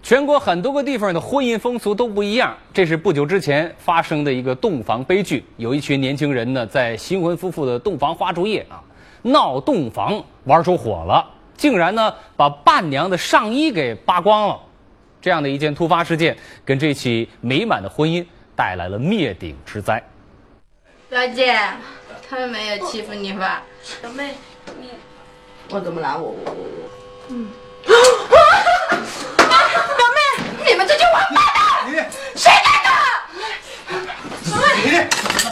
全国很多个地方的婚姻风俗都不一样，这是不久之前发生的一个洞房悲剧。有一群年轻人呢，在新婚夫妇的洞房花烛夜闹洞房，玩出火了，竟然呢把伴娘的上衣给扒光了。这样的一件突发事件，跟这起美满的婚姻带来了灭顶之灾。 表姐，他们没有欺负你吧？ 小妹，你我怎么了？我表妹，你们这群王八蛋！谁干的？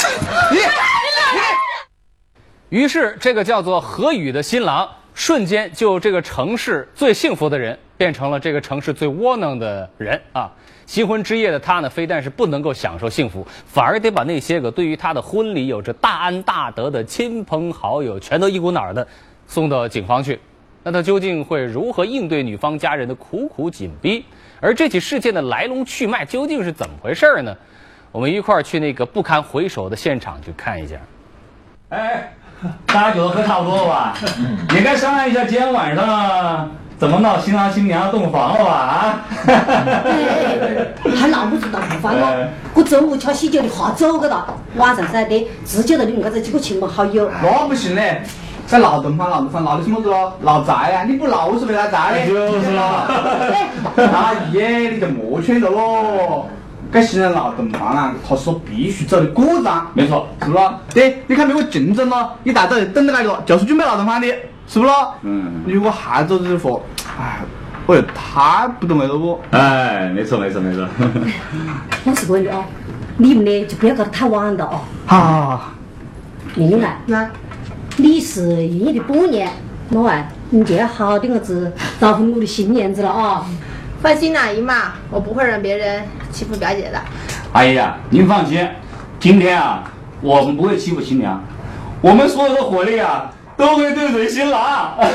于是，这个叫做何宇的新郎，瞬间就这个城市最幸福的人，变成了这个城市最窝囊的人啊！新婚之夜的他呢，非但是不能够享受幸福，反而得把那些个对于他的婚礼有着大恩大德的亲朋好友，全都一股脑儿的送到警方去。那他究竟会如何应对女方家人的苦苦紧逼？而这起事件的来龙去脉究竟是怎么回事呢？我们一块儿去那个不堪回首的现场去看一下。 哎，大家酒都喝差不多了吧？也该商量一下今天晚上怎么闹新郎新娘洞房了吧？啊！ 还闹不出洞房哦！我周五敲喜酒的话走个了，晚上噻得只接到你们这几个亲朋好友。 那不行嘞！在闹洞房闹的什么子咯？闹债啊！你不闹我是没他债的。 就是啦。 大爷，你就莫劝着咯。给新人闹洞房啊，他是必须走的过场， 没错， 是不咯？对，你看没有竞争咯，一大早就等着来了，就是准备闹洞房的，是不咯？如果还走这货，哎，我又太不懂了不？ 哎，没错。 我是个问题哦，你们呢就不要搞得太晚了哦。 好。 明白。你是英语的8年，那完你就要好好点子招呼我的新娘子了啊！ 放心啦，姨妈，我不会让别人欺负表姐的。 阿姨呀，您放心，今天啊，我们不会欺负新娘，我们所有的火力啊，都会对准新郎。 哎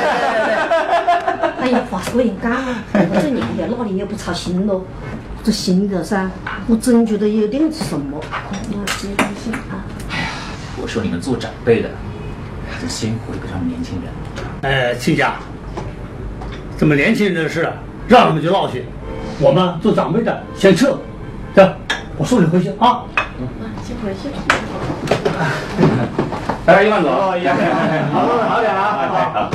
呀，话是这样讲，我这娘家哪里也不操心咯，这心里头噻，我总觉得有点什么。 哎呀，我说你们做长辈的，还是先回不上年轻人。 亲家，这么年轻人的事，让你们去闹去，我们做长辈的先撤。走，我送你回去啊。 先回去。 大家一慢走。 好点啊。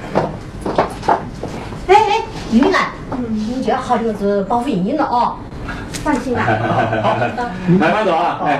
哎，云兰，你就要好点子保护莹莹了哦。放心啦。 好，慢慢走啊。哎。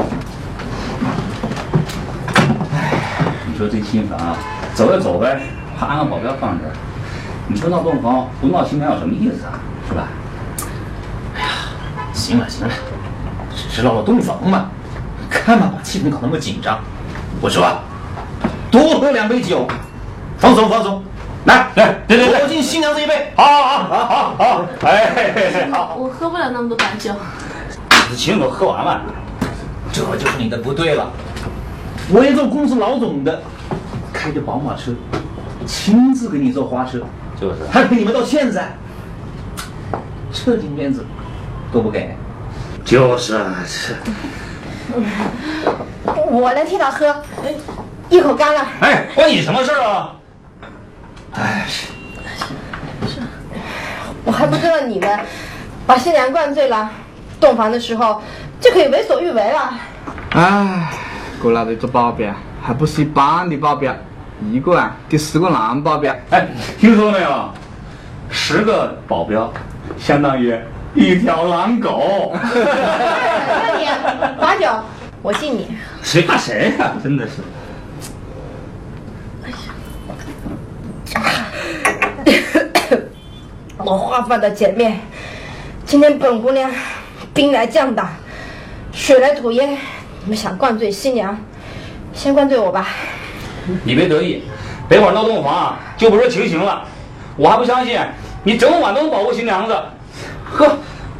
你说这新房啊，走就走呗，还安个保镖放这儿。你说闹洞房不闹新娘有什么意思啊？是吧？哎呀，行了，只是闹洞房嘛，干嘛把气氛搞那么紧张？我说啊，多喝2杯酒，放松。来，对，我敬新娘子一杯。好，哎，好。 我喝不了那么多白酒。 你请我喝完了，这就是你的不对了。我也做公司老总的，开着宝马车，亲自给你做花车，就是还陪你们到现在，这点面子都不给。就是我来替他喝，一口干了。 哎，关你什么事啊？哎， 我还不知道你们把新娘灌醉了，洞房的时候就可以为所欲为了。 哎，过来的这保镖还不是一般的保镖，一个啊得10个男保镖。 哎，听说没有？10个保镖相当于1条狼狗。 那你罚酒，我敬你。 谁怕谁呀？真的是。 我话放到前面，今天本姑娘兵来将挡，水来土掩，你们想灌醉新娘，先灌醉我吧。 你别得意，等会儿闹洞房啊，就不是情形了。我还不相信你整晚都能保护新娘子。喝。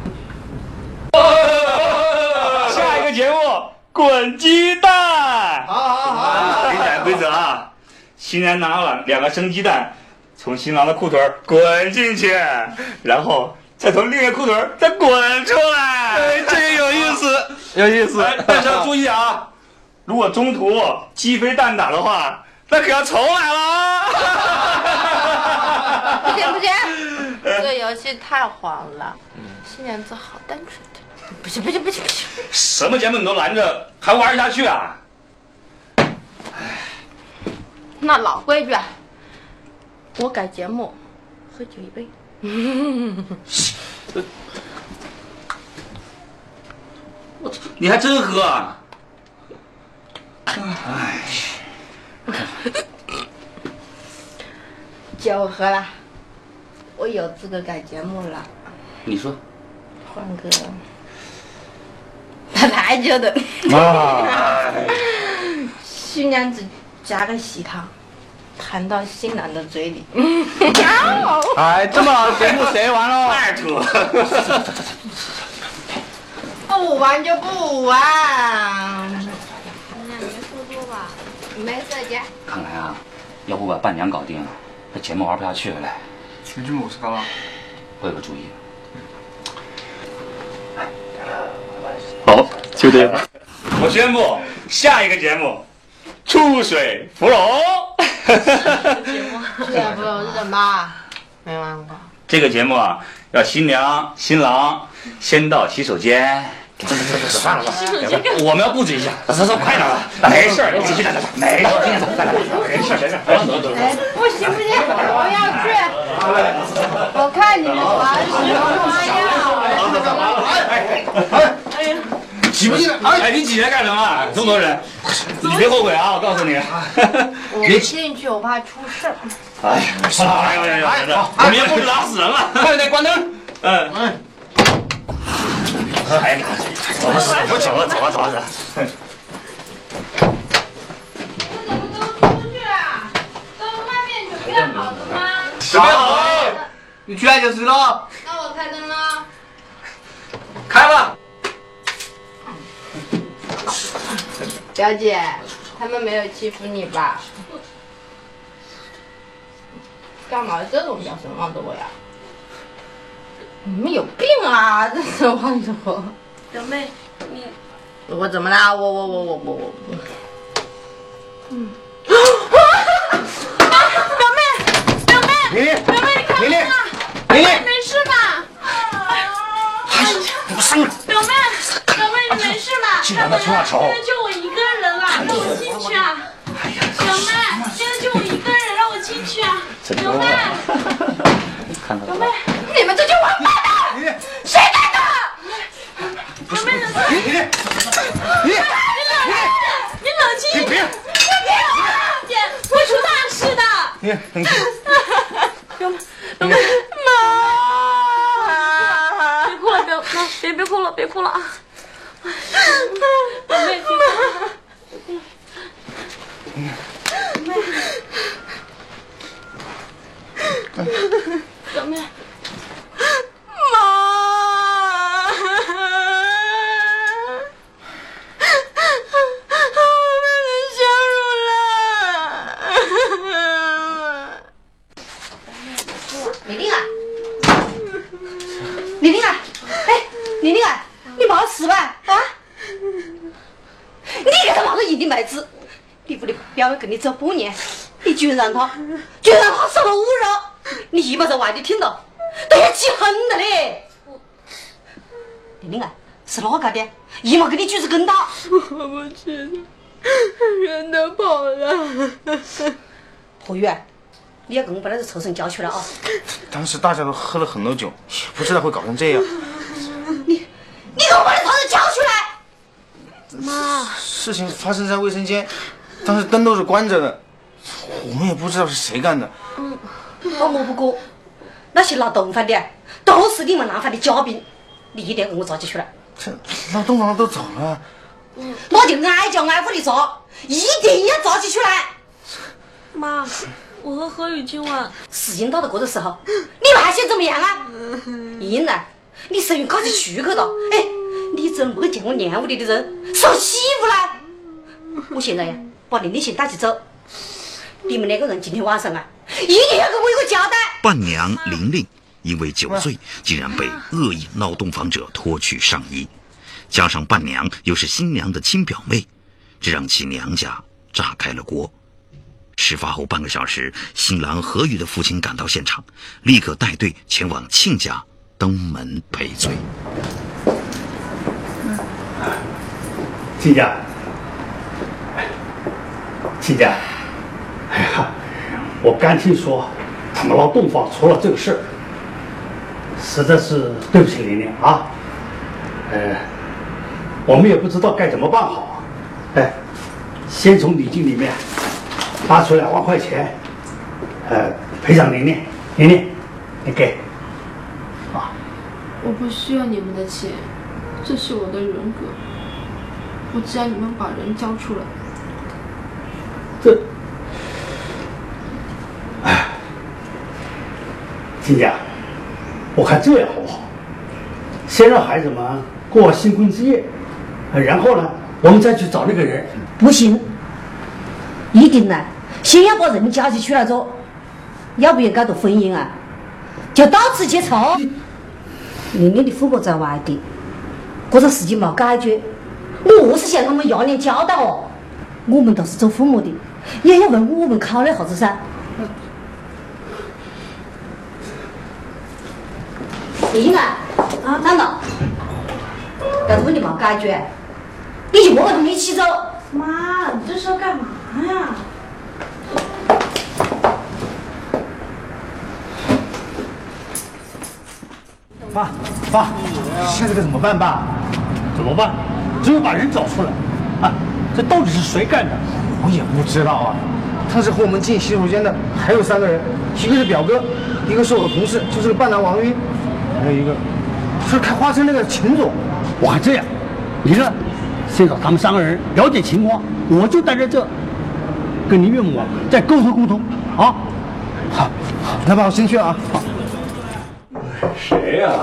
下一个节目滚鸡蛋。好。规则啊，新人拿了2个生鸡蛋，从新郎的裤腿滚进去，然后再从另一个裤腿再滚出来。哎，这个有意思。但是要注意啊，如果中途鸡飞蛋打的话，那可要重来了。 不行，队友游戏太黄了，新娘子好单纯的。不行， 什么节目你都拦着，还玩下去啊？ 那老规矩，我改节目，喝酒一杯。 我操，你还真喝啊？哎， 姐，我喝了，我有资格改节目了。 你说， 换个打台球的。新娘子加个喜糖，弹到新郎的嘴里。 哎，这么节目谁完了？ 二土。 不玩就不玩。 你俩没说多吧？ 没事，姐。 看来啊，要不把伴娘搞定，这节目玩不下去了嘞。 全剧模式搞了。 我有个主意。 好，就这样。我宣布，下一个节目《出水芙蓉》。 节目这不是什么？没玩过。 这个节目啊，要新娘新郎先到洗手间。算了吧，我们要布置一下。走，快点吧，没事儿，继续，没事，没事。 不行，我要去。我看你们玩什么呀？ 挤不进来？ 哎，你挤来干什么？这么多人，你别后悔啊！我告诉你， 我进去，我怕出事儿。 哎呀，我们也不拉死人了，快点关灯。哎呀，走了。 我怎么都出去啊？都外面准备好了吗？ 准备好了， 你出来就是了。 那我开灯了。 开了。 表姐，他们没有欺负你吧？干嘛这种表情望着我呀？你们有病啊！这是望着我。 表妹，你我怎么啦？我。 玲玲， 表妹，你看玲玲， 没事吧？ 不上了。 表妹，你没事吧？ 竟然在床上吵。 现在就我一个人了，让我进去啊！表妹，现在就我一个人，让我进去啊！表妹，表妹， 你们这群王八蛋！谁干的？ 表妹冷静，你冷静一点，姐，会出大事的。表妹，别哭了，别哭了啊！表妹，别哭了。表妹， 妈！我被人羞辱了。 玲玲啊，玲玲啊，哎，玲玲啊，你没事吧？啊？你给他拿着银的麦子，你屋里表妹跟你走半年，你居然让他受了侮辱，你一把在外地听到，都要气恨了嘞！玲玲啊，是哪个的？姨妈给你举着更大。 我不知道，人都跑了。 何宇，你要跟我把那个臭绳交出来啊！ 当时大家都喝了很多酒，也不知道会搞成这样。 你给我把那臭绳交出来！ 妈， 事情发生在卫生间，当时灯都是关着的，我们也不知道是谁干的。 我摸不过，那些劳动房的都是你们南方的嘉宾，你一定要给我抓起出来。 这劳动房都走了， 那就挨家挨户的抓，一定要抓起出来。 妈，我和何宇今晚事情到了这个时候，你们还想怎么样啊？英儿，你生于搞起出去了，哎，你怎么没见过娘屋里的人受欺负呢？我现在呀，把玲玲先带起走，你们两个人今天晚上啊，一定要给我一个交代。 伴娘玲玲因为酒醉，竟然被恶意劳动坊者脱去上衣，加上伴娘又是新娘的亲表妹，这让其娘家炸开了锅。 事发后半个小时，新郎何宇的父亲赶到现场，立刻带队前往亲家登门赔罪。 亲家，亲家，哎呀，我刚听说他们劳动坊出了这个事儿，实在是对不起玲玲啊。我们也不知道该怎么办好。哎，先从礼金里面拿出2万块钱，赔偿玲玲。玲玲，你给。啊， 我不需要你们的钱，这是我的人格。我只要你们把人交出来。 哎，亲家，我看这样好不好？先让孩子们过新婚之夜，然后呢，我们再去找那个人。 不行，一定呢，先要把人交起出来做，要不然搞到婚姻啊，就到此结束。玲玲的父母在外地，这种事情没解决，我是向他们压力交代哦。我们都是做父母的，也要为我们考虑下子噻。玲玲啊，难道这个问题没解决，你就跟他们一起走？ 妈，你这是要干嘛呀？ 爸，现在该怎么办？爸，怎么办？只有把人找出来。啊，这到底是谁干的？ 我也不知道啊。当时和我们进洗手间的还有3个人，一个是表哥，一个是我的同事，就是个伴郎王晕，还有一个是开花车那个秦总。 我看这样，你呢，先找他们3个人了解情况，我就待在这，跟你岳母再沟通啊。好， 那爸，我先去了啊。好。 谁呀？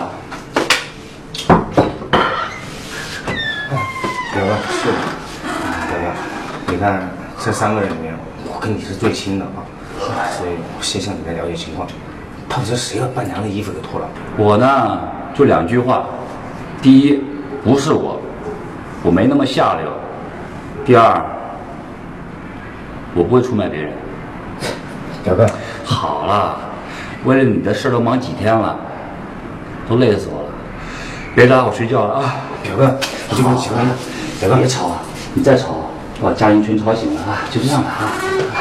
表哥，是的。表哥，你看这3个人里面，我跟你是最亲的啊，所以我先向你来了解情况，到底是谁把伴娘的衣服给脱了？ 我呢，就2句话：第一，不是我没那么下流；第二，我不会出卖别人。 表哥， 好了，为了你的事都忙几天了，都累死我了，别打我睡觉了啊！ 表哥，我就跟你求你了，表哥别吵啊！你再吵，把家人全吵醒了啊！就这样了啊！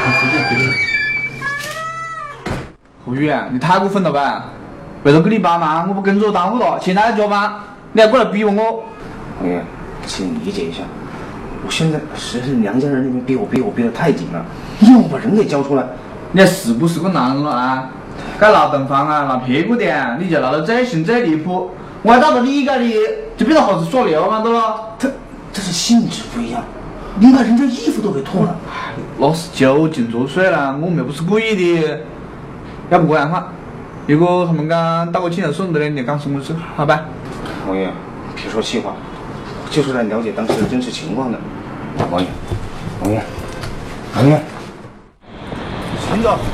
何宇，你太过分了吧？为了给你帮忙，我把工作耽误了，现在加班，你还过来逼我？ 何宇，请理解一下，我现在实在是娘家人那边逼我逼得太紧了，你要我把人给交出来。 你还是不是个男人了啊？该闹洞房啊，闹屁股的，你就闹得再凶再离谱，我还到了你家里，就变成好子耍流氓的了。 这是性质不一样，你把人家衣服都给脱了， 那是酒劲作祟了，我们又不是故意的。要不这样嘛，如果他们讲打个亲人顺的呢，你就讲什么事，好吧？ 王爷，别说气话，我就是来了解当时的真实情况的。王爷，秦总，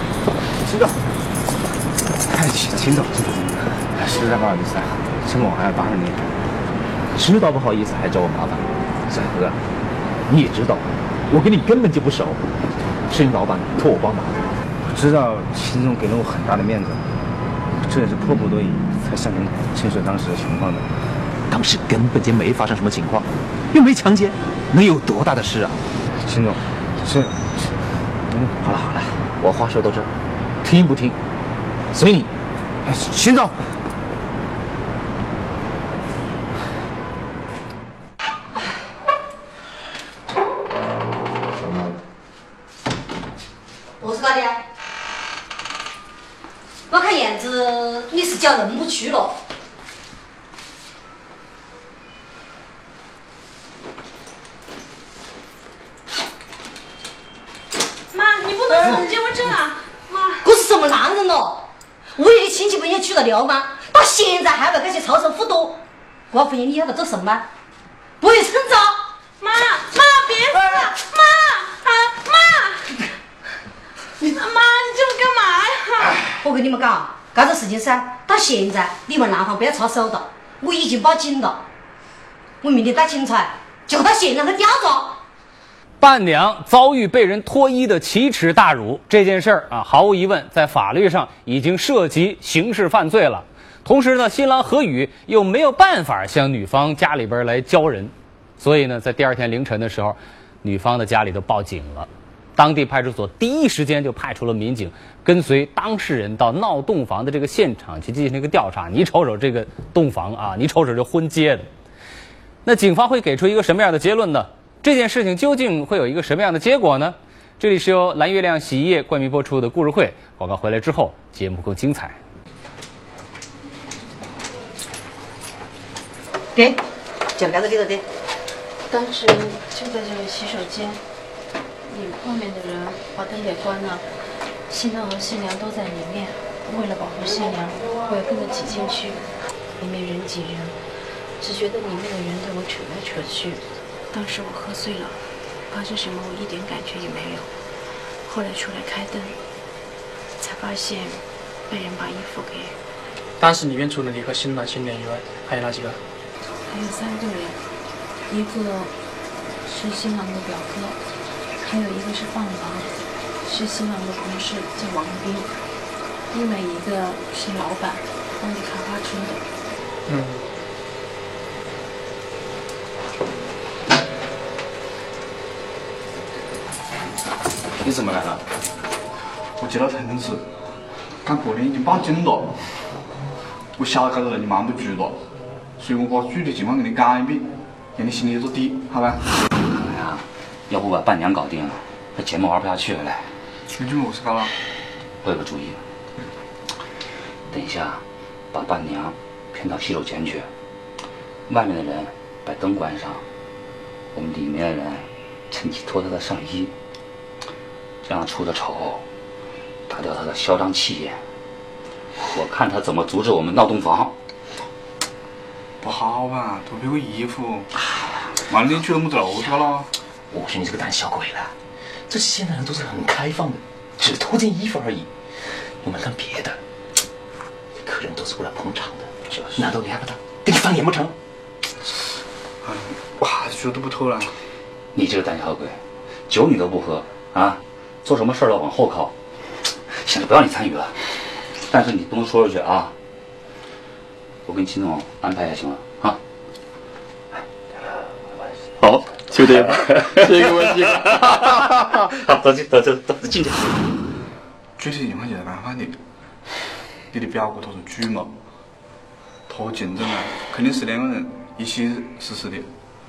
哎，秦总，实在不好意思啊，陈某还要麻烦您。 知道不好意思还找我麻烦，小何，你也知道，我跟你根本就不熟，是你老板托我帮忙。 我知道秦总给了我很大的面子，这也是迫不得已才向您陈述当时的情况的。 当时根本就没发生什么情况，又没强奸，能有多大的事啊？ 秦总， 好了，我话说到这儿，听不听随你。 秦总。 我是搞的，我看样子你是交人不去了。 妈，你不能死结婚证啊！妈， 这是什么男人咯？我有的亲戚朋友娶了流氓，到现在还要开始超生互动，这婚姻你要做什么？不会趁早。 妈，别死！妈，你这干嘛呀？ 我跟你们讲，这个事情噻，到现在你们男方不要插手的，我已经报警了，我明天带警察就到现场去调查。 伴娘遭遇被人脱衣的奇耻大辱，这件事儿啊，毫无疑问在法律上已经涉及刑事犯罪了。同时呢，新郎何宇又没有办法向女方家里边来交人，所以呢，在第二天凌晨的时候，女方的家里都报警了。当地派出所第一时间就派出了民警，跟随当事人到闹洞房的这个现场去进行一个调查。你瞅瞅这个洞房啊，你瞅瞅这婚结的，那警方会给出一个什么样的结论呢？这件事情究竟会有一个什么样的结果呢？这里是由蓝月亮洗衣液冠名播出的故事会，广告回来之后，节目更精彩。 给，脚盖子给着的。 当时就在这个洗手间，你外面的人把灯给关了，新郎和新娘都在里面。为了保护新娘，我也跟着挤进去，里面人挤人，只觉得里面的人对我扯来扯去。当时我喝醉了，发生什么我一点感觉也没有。后来出来开灯，才发现被人把衣服给…… 当时里面除了你和新郎新娘以外，还有哪几个？ 还有3个人，一个是新郎的表哥，还有一个是伴郎，是新郎的同事叫王斌，另外一个是老板，当地开花车的。 你怎么来了？ 我接到城市，赶过年已经报警了。我晓得这个人你瞒不住了，所以我把具体情况给你讲一遍，让你心里有个底，好吧？ 哎呀，要不把伴娘搞定了，这节目玩不下去了嘞。 你怎么事搞了？ 我有个主意，等一下把伴娘骗到洗手间去，外面的人把灯关上，我们里面的人趁机脱她的上衣。这样出的丑，打掉他的嚣张气焰。我看他怎么阻止我们闹洞房。 不好吧，脱别个衣服，完了你去了么子楼去了？ 我说你这个胆小鬼了，这现在人都是很开放的，只偷件衣服而已。我们干别的，客人都是过来捧场的，难道你害怕他给你翻脸不成？ 我还是觉得不妥了。 你这个胆小鬼，酒你都不喝啊？做什么事儿要往后靠，行了，不要你参与了。但是你不能说出去啊！我跟秦总安排就行了啊。 好，就这样，这个问题。 好，走进去。 具体情况就是办法的。你的表哥他是主谋，他和竞争啊，肯定是2个人一起实施的。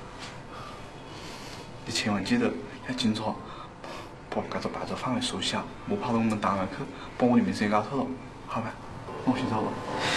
你千万记得要警察。把这个办照范围缩小，莫跑到我们单位去，把我的名声也搞错了，好吧？我先走了。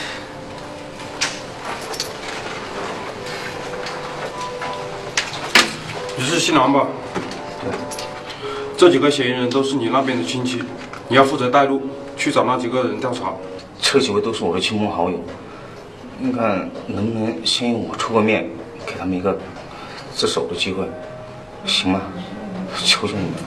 你是新郎吧？ 对。 这几个嫌疑人都是你那边的亲戚，你要负责带路，去找那几个人调查。 这几位都是我的亲朋好友，你看能不能先由我出个面，给他们一个自首的机会，行吗？求求你们了。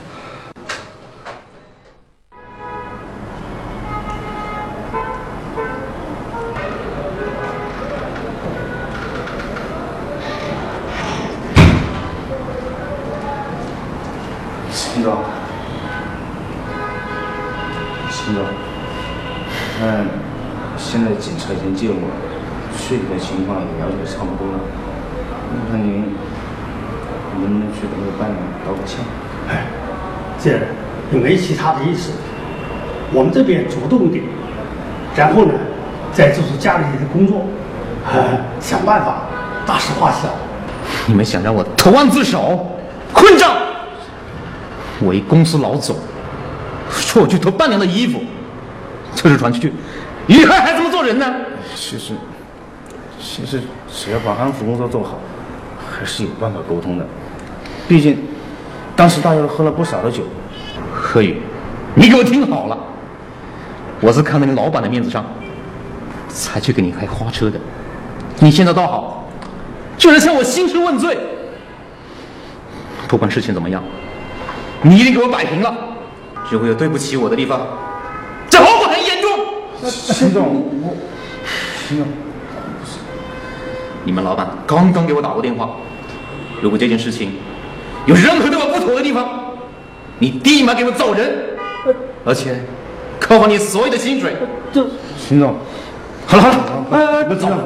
秦总，看现在警察已经介入了，具体的情况也了解差不多了。你看您能不能去给那个伴娘道个歉？ 哎，这也没其他的意思，我们这边主动点，然后呢，再做出家里的工作，想办法大事化小。 你们想让我投案自首？混账！我一公司老总，说我去偷伴娘的衣服，这事传出去，以后还怎么做人呢？ 其实只要把安抚工作做好，还是有办法沟通的。毕竟当时大家都喝了不少的酒。 何宇，你给我听好了，我是看在你老板的面子上，才去给你开花车的。你现在倒好，居然向我兴师问罪。不管事情怎么样，你一定给我摆平了。如果有对不起我的地方，这后果很严重。 秦总，秦总， 你们老板刚刚给我打过电话，如果这件事情有任何对我不妥的地方，你立马给我走人，而且扣好你所有的薪水。 秦总， 好了， 秦总，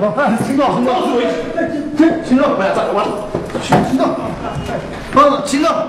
秦总，不要再完了，秦总，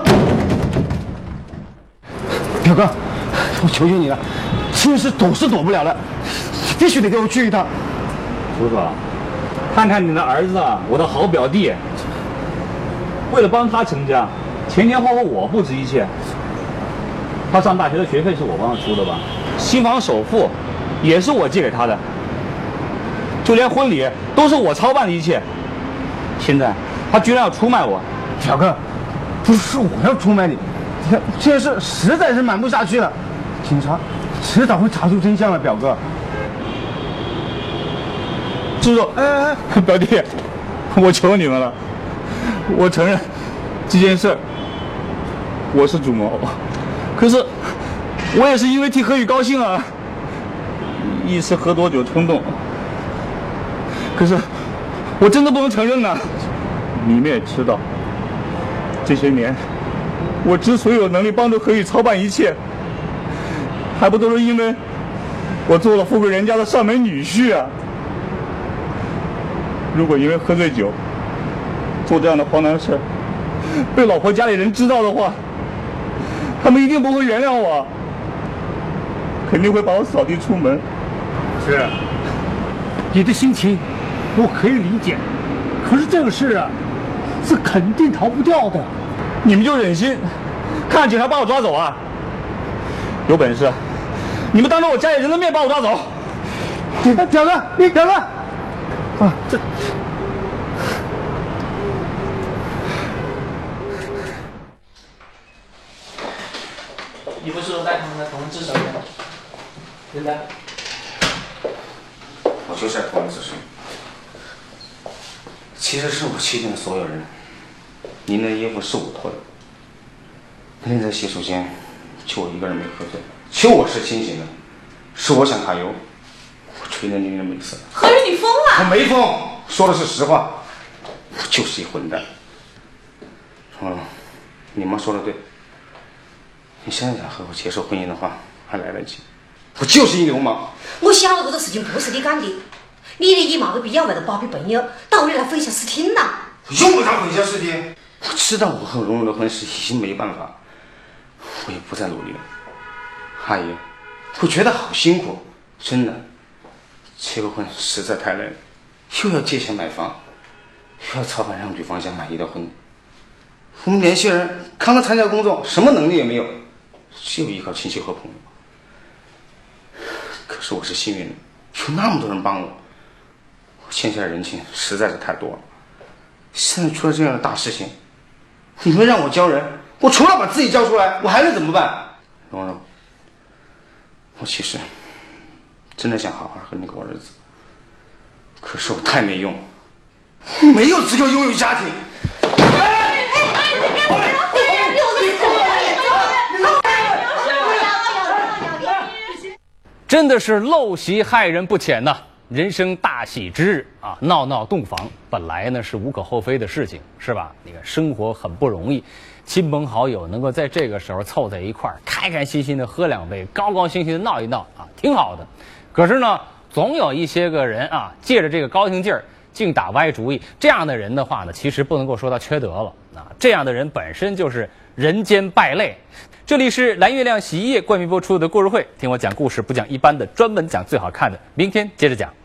表哥，我求求你了，这件事躲是躲不了了，必须得给我去一趟。 叔叔，看看你的儿子，我的好表弟，为了帮他成家，前后后我不值一切。他上大学的学费是我帮他出的吧？新房首付也是我借给他的，就连婚礼都是我操办的一切。现在他居然要出卖我， 表哥，不是我要出卖你，这件事实在是瞒不下去了，警察迟早会查出真相的，表哥。 叔叔，表弟，我求你们了，我承认这件事我是主谋，可是我也是因为替何宇高兴啊，一时喝多酒冲动。可是我真的不能承认呐！你们也知道，这些年我之所以有能力帮助何宇操办一切，还不都是因为我做了富贵人家的上门女婿啊！如果因为喝醉酒做这样的荒唐事被老婆家里人知道的话，他们一定不会原谅我，肯定会把我扫地出门。 是，你的心情我可以理解，可是这个事啊，是肯定逃不掉的。 你们就忍心看警察把我抓走啊？有本事你们当着我家里人的面把我抓走！ 表哥，表哥。啊，这你不是说带他们的同志手的？真的？ 我就是在同志手。其实是我欺骗了所有人。您的衣服是我脱的，那天在洗手间，就我一个人没喝醉，就我是清醒的，是我想揩油，我吹得您的美色。 何宇，你疯了！ 我没疯，说的是实话，我就是一混蛋。你妈说的对，你现在想和我结束婚姻的话，还来得及。我就是一流氓。 我晓得这个事情不是你干的，你的姨妈没必要为了包庇朋友，到你来混淆视听呐。 用不着混淆视听。我知道我和蓉蓉的婚事已经没办法，我也不再努力了。阿姨，我觉得好辛苦，真的。结个婚实在太累了，又要借钱买房，又要操办让女方家满意的婚礼。我们年轻人刚刚参加工作，什么能力也没有，只有依靠亲戚和朋友。可是我是幸运的，有那么多人帮我，我欠下的人情实在是太多了。现在出了这样的大事情，你们让我交人，我除了把自己交出来，我还能怎么办？蓉蓉，我其实真的想好好和你过日子，可是我太没用，没有资格拥有家庭。 真的是陋习害人不浅呐！人生大喜之日啊，闹闹洞房本来呢是无可厚非的事情，是吧？你看生活很不容易，亲朋好友能够在这个时候凑在一块儿，开开心心的喝两杯，高高兴兴的闹一闹啊，挺好的。可是呢，总有一些个人啊，借着这个高兴劲儿，净打歪主意。这样的人的话呢，其实不能够说他缺德了啊，这样的人本身就是人间败类。这里是蓝月亮洗衣液冠名播出的故事会，听我讲故事不讲一般的，专门讲最好看的。明天接着讲。